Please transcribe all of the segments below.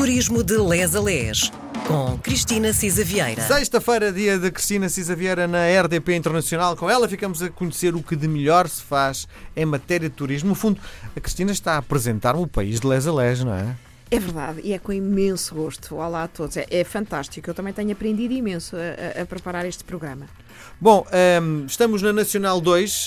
Turismo de Les a Les, com Cristina Cisa Vieira. Sexta-feira, dia de Cristina Cisa Vieira na RDP Internacional. Com ela ficamos a conhecer o que de melhor se faz em matéria de turismo. No fundo, a Cristina está a apresentar-me o país de Les a Les, não é? É verdade, e é com imenso gosto. Olá a todos, é fantástico. Eu também tenho aprendido imenso a preparar este programa. Bom, estamos na Nacional 2,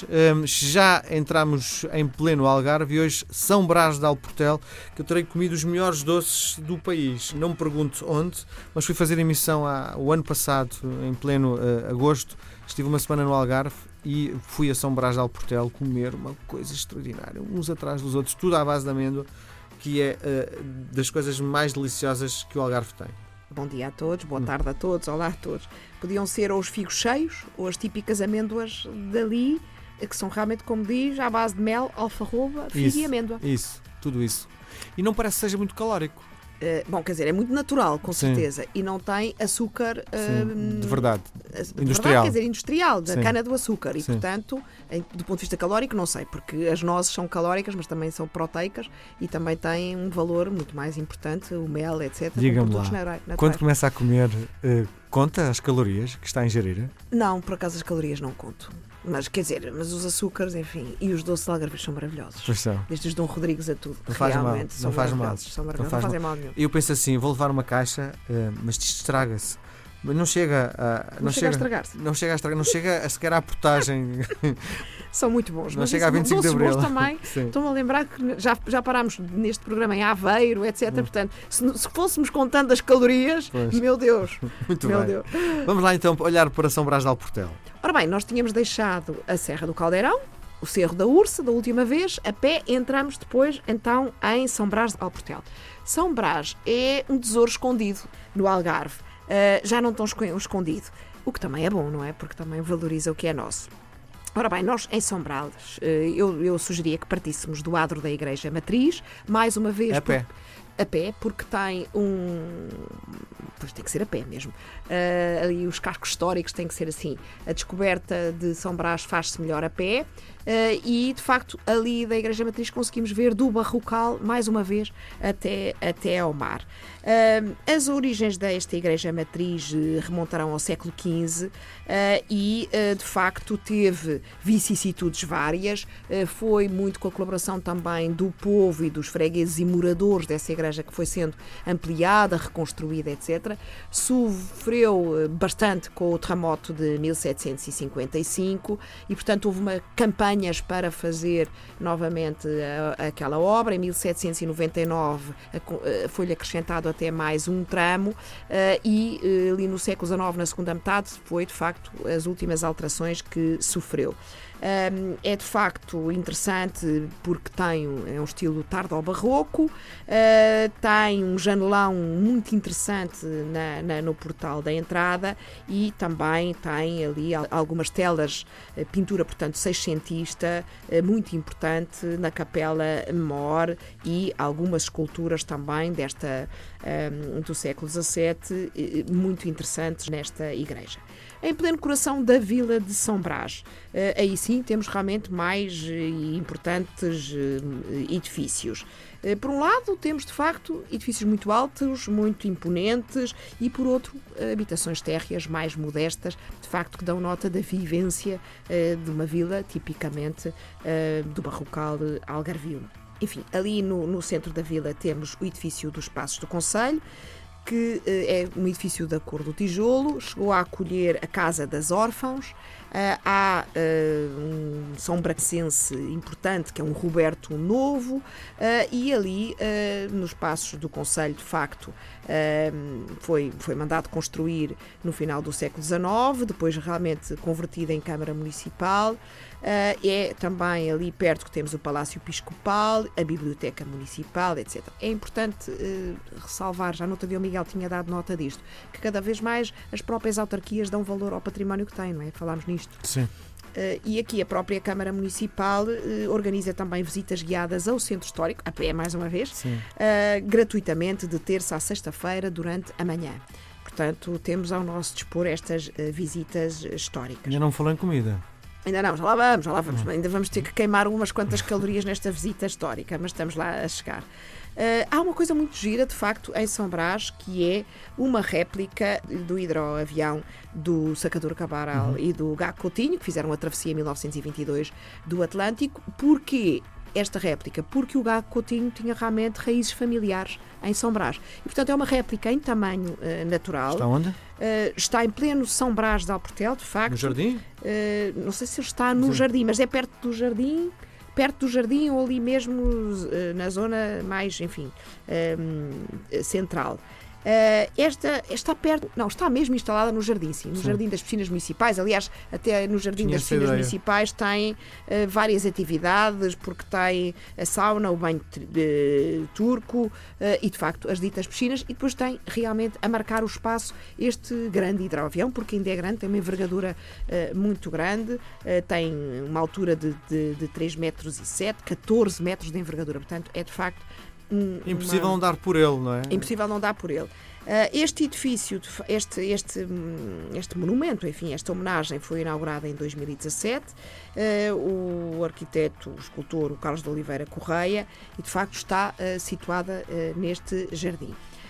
já entramos em pleno Algarve e hoje São Brás de Alportel, que eu terei comido os melhores doces do país. Não me pergunto onde, mas fui fazer emissão o ano passado, em pleno agosto. Estive uma semana no Algarve e fui a São Brás de Alportel comer uma coisa extraordinária, uns atrás dos outros, tudo à base de amêndoa, que é das coisas mais deliciosas que o Algarve tem. Bom dia a todos, boa tarde a todos, olá a todos. Podiam ser ou os figos cheios ou as típicas amêndoas dali, que são realmente, como diz, à base de mel, alfarroba, figo e amêndoa. Isso, tudo isso. E não parece que seja muito calórico. Bom, quer dizer, é muito natural, com certeza, e não tem açúcar de verdade, industrial. Verdade, quer dizer, industrial, da Sim. cana do açúcar. E, Sim. portanto, do ponto de vista calórico, não sei, porque as nozes são calóricas, mas também são proteicas e também têm um valor muito mais importante, o mel, etc. Diga-me lá, quando começa a comer, conta as calorias que está a ingerir? Não, por acaso as calorias não conto. Mas, quer dizer, mas os açúcares, enfim, e os doces de algarvios são maravilhosos. Pois são. Desde os Dom Rodrigues a tudo. Não faz mal, realmente não são faz mal. maravilhosos. São maravilhosos, não fazem mal nenhum. Eu penso assim, vou levar uma caixa, mas isto estraga-se. Mas não chega a... Não chega a estragar-se. Não chega a estragar, não chega a sequer à portagem. São muito bons. Não mas chega a 25 de Abril. Também. Estou-me a lembrar que já parámos neste programa em Aveiro, etc. Portanto, se fôssemos contando as calorias, Pois. Meu Deus. Muito meu bem. Deus. Vamos lá então olhar para São Brás de Alportel. Ora bem, nós tínhamos deixado a Serra do Caldeirão, o Cerro da Ursa, da última vez, a pé. Entramos depois, então, em São Brás de Alportel. São Brás é um tesouro escondido no Algarve. Já não tão escondido. O que também é bom, não é? Porque também valoriza o que é nosso. Ora bem, nós em São Brás, eu sugeria que partíssemos do adro da Igreja Matriz, mais uma vez... A pé. A pé, porque tem Pois tem que ser a pé mesmo. Ali os cascos históricos têm que ser assim. A descoberta de São Brás faz-se melhor a pé. E, de facto, ali da Igreja Matriz conseguimos ver do Barrocal, mais uma vez, até ao mar. As origens desta Igreja Matriz remontarão ao século XV e, de facto, teve vicissitudes várias. Foi muito com a colaboração também do povo e dos fregueses e moradores dessa igreja que foi sendo ampliada, reconstruída, etc. Sofreu bastante com o terremoto de 1755 e, portanto, houve uma campanha para fazer novamente aquela obra. Em 1799 foi-lhe acrescentado até mais um tramo e ali no século XIX, na segunda metade, foi de facto as últimas alterações que sofreu. É de facto interessante porque é um estilo tardo-barroco, tem um janelão muito interessante no portal da entrada e também tem ali algumas telas, pintura, portanto, seiscentista, muito importante na Capela Mor e algumas esculturas também do século XVII, muito interessantes nesta igreja. Em pleno coração da vila de São Brás, aí sim temos realmente mais importantes edifícios. Por um lado temos de facto edifícios muito altos, muito imponentes e por outro habitações térreas mais modestas, de facto que dão nota da vivência de uma vila tipicamente do barrocal algarvio. Enfim, ali no centro da vila temos o edifício dos Passos do Conselho, que é um edifício da cor do tijolo, chegou a acolher a Casa das Órfãos. Há um São Bracense importante, que é um Roberto Novo, e ali, nos Passos do Conselho, de facto, foi mandado construir no final do século XIX, depois realmente convertido em Câmara Municipal. É também ali perto que temos o Palácio Episcopal, a Biblioteca Municipal, etc. É importante ressalvar, já no outro dia o Miguel tinha dado nota disto, que cada vez mais as próprias autarquias dão valor ao património que têm, não é? Falámos nisto. Sim. E aqui a própria Câmara Municipal organiza também visitas guiadas ao Centro Histórico, a pé mais uma vez, gratuitamente de terça à sexta-feira durante a manhã. Portanto, temos ao nosso dispor estas visitas históricas. Ainda não falou em comida. Ainda não, já lá vamos. Ainda vamos ter que queimar umas quantas calorias nesta visita histórica, mas estamos lá a chegar. Há uma coisa muito gira, de facto, em São Brás, que é uma réplica do hidroavião do Sacadura Cabral e do Gago Coutinho, que fizeram a travessia em 1922 do Atlântico. Porquê esta réplica? Porque o Gago Coutinho tinha realmente raízes familiares em São Brás. E, portanto, é uma réplica em tamanho natural. Está onde? Está em pleno São Brás de Alportel, de facto. No jardim? Não sei se ele está no jardim, mas é perto do jardim. Perto do jardim ou ali mesmo na zona mais, enfim, central. Está perto, não, está mesmo instalada no jardim, sim, no jardim das piscinas municipais. Aliás, até no jardim das piscinas municipais tem várias atividades, porque tem a sauna, o banho turco e, de facto, as ditas piscinas. E depois tem realmente a marcar o espaço este grande hidroavião, porque ainda é grande, tem uma envergadura muito grande, tem uma altura de 3,7 metros, 14 metros de envergadura. Portanto, é de facto impossível não dar por ele, não é? Impossível não dar por ele. Este edifício, este monumento, enfim, esta homenagem foi inaugurada em 2017. O arquiteto, o escultor, o Carlos de Oliveira Correia, e de facto está situada neste jardim.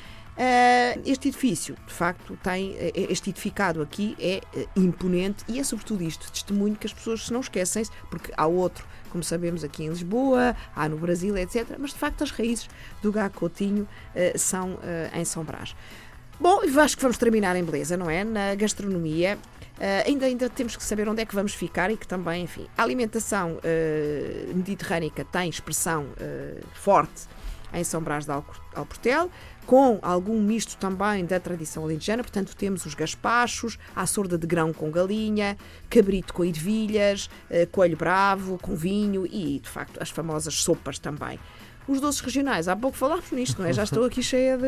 Este edifício, de facto, este edificado aqui é imponente e é sobretudo isto, testemunho que as pessoas se não esquecem-se, porque há outro, como sabemos, aqui em Lisboa, há no Brasil, etc. Mas, de facto, as raízes do Gago Coutinho são em São Brás. Bom, acho que vamos terminar em beleza, não é? Na gastronomia. Ainda temos que saber onde é que vamos ficar e que também, enfim, a alimentação mediterrânica tem expressão forte em São Brás de Alportel, com algum misto também da tradição alentejana. Portanto, temos os gaspachos, a sorda de grão com galinha, cabrito com ervilhas, coelho bravo com vinho e, de facto, as famosas sopas também. Os doces regionais, há pouco falámos nisto, não é? Já estou aqui cheia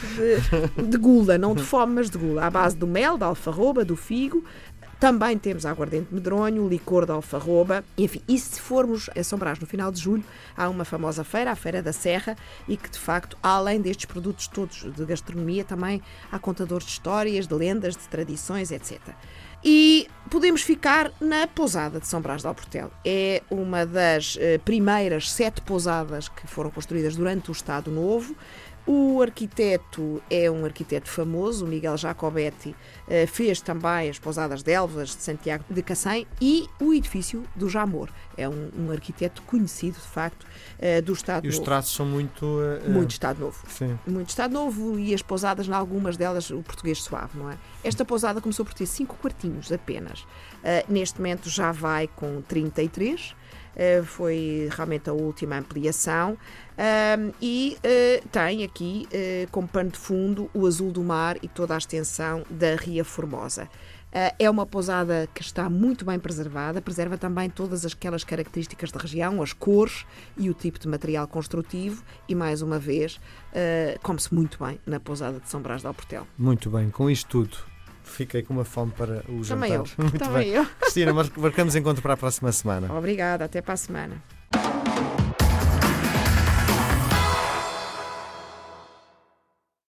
de gula, não de fome, mas de gula, à base do mel, da alfarroba, do figo. Também temos a aguardente medronho, o licor da alfarroba, enfim, e se formos a São Brás no final de julho, há uma famosa feira, a Feira da Serra, e que de facto, além destes produtos todos de gastronomia, também há contadores de histórias, de lendas, de tradições, etc. E podemos ficar na pousada de São Brás de Alportel. É uma das primeiras 7 pousadas que foram construídas durante o Estado Novo. O arquiteto é um arquiteto famoso, o Miguel Jacobetti, fez também as pousadas de Elvas, de Santiago de Cacém, e o edifício do Jamor. É um arquiteto conhecido, de facto, do Estado Novo. E os traços são muito... Muito Estado Novo. Sim. Muito Estado Novo, e as pousadas, em algumas delas, o português suave, não é? Esta pousada começou por ter 5 quartinhos apenas. Neste momento já vai com 33. Foi realmente a última ampliação e tem aqui como pano de fundo o azul do mar e toda a extensão da Ria Formosa. É uma pousada que está muito bem preservada, preserva também todas aquelas características da região, as cores e o tipo de material construtivo, e mais uma vez come-se muito bem na pousada de São Brás de Alportel. Muito bem, com isto tudo fiquei com uma fome para o jantar. Também eu. Cristina, marcamos encontro para a próxima semana. Obrigada, até para a semana.